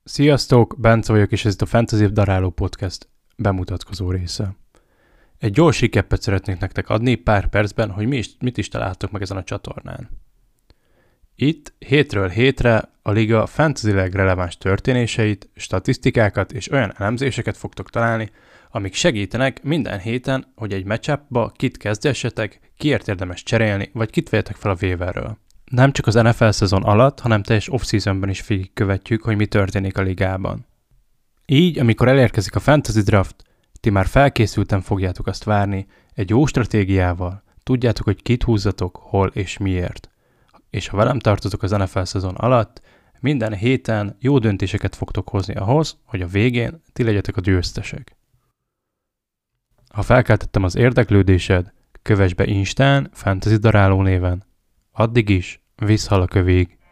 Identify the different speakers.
Speaker 1: Sziasztok, Bence vagyok, és ez itt a Fantasy Daráló Podcast bemutatkozó része. Egy gyors recapet szeretnék nektek adni pár percben, hogy mit is találtok meg ezen a csatornán. Itt hétről hétre a liga fantasyleg releváns történéseit, statisztikákat és olyan elemzéseket fogtok találni, amik segítenek minden héten, hogy egy matchupba kit kezdessetek, kiért érdemes cserélni, vagy kit vegyetek fel a waiverről. Nem csak az NFL szezon alatt, hanem teljes off-seasonben is végigkövetjük, hogy mi történik a ligában. Így, amikor elérkezik a Fantasy Draft, ti már felkészülten fogjátok azt várni, egy jó stratégiával, tudjátok, hogy kit húzzatok, hol és miért. És ha velem tartotok az NFL szezon alatt, minden héten jó döntéseket fogtok hozni ahhoz, hogy a végén ti legyetek a győztesek. Ha felkeltettem az érdeklődésed, kövess be Instán Fantasy Daráló néven. Addig is, visz hal a kövég!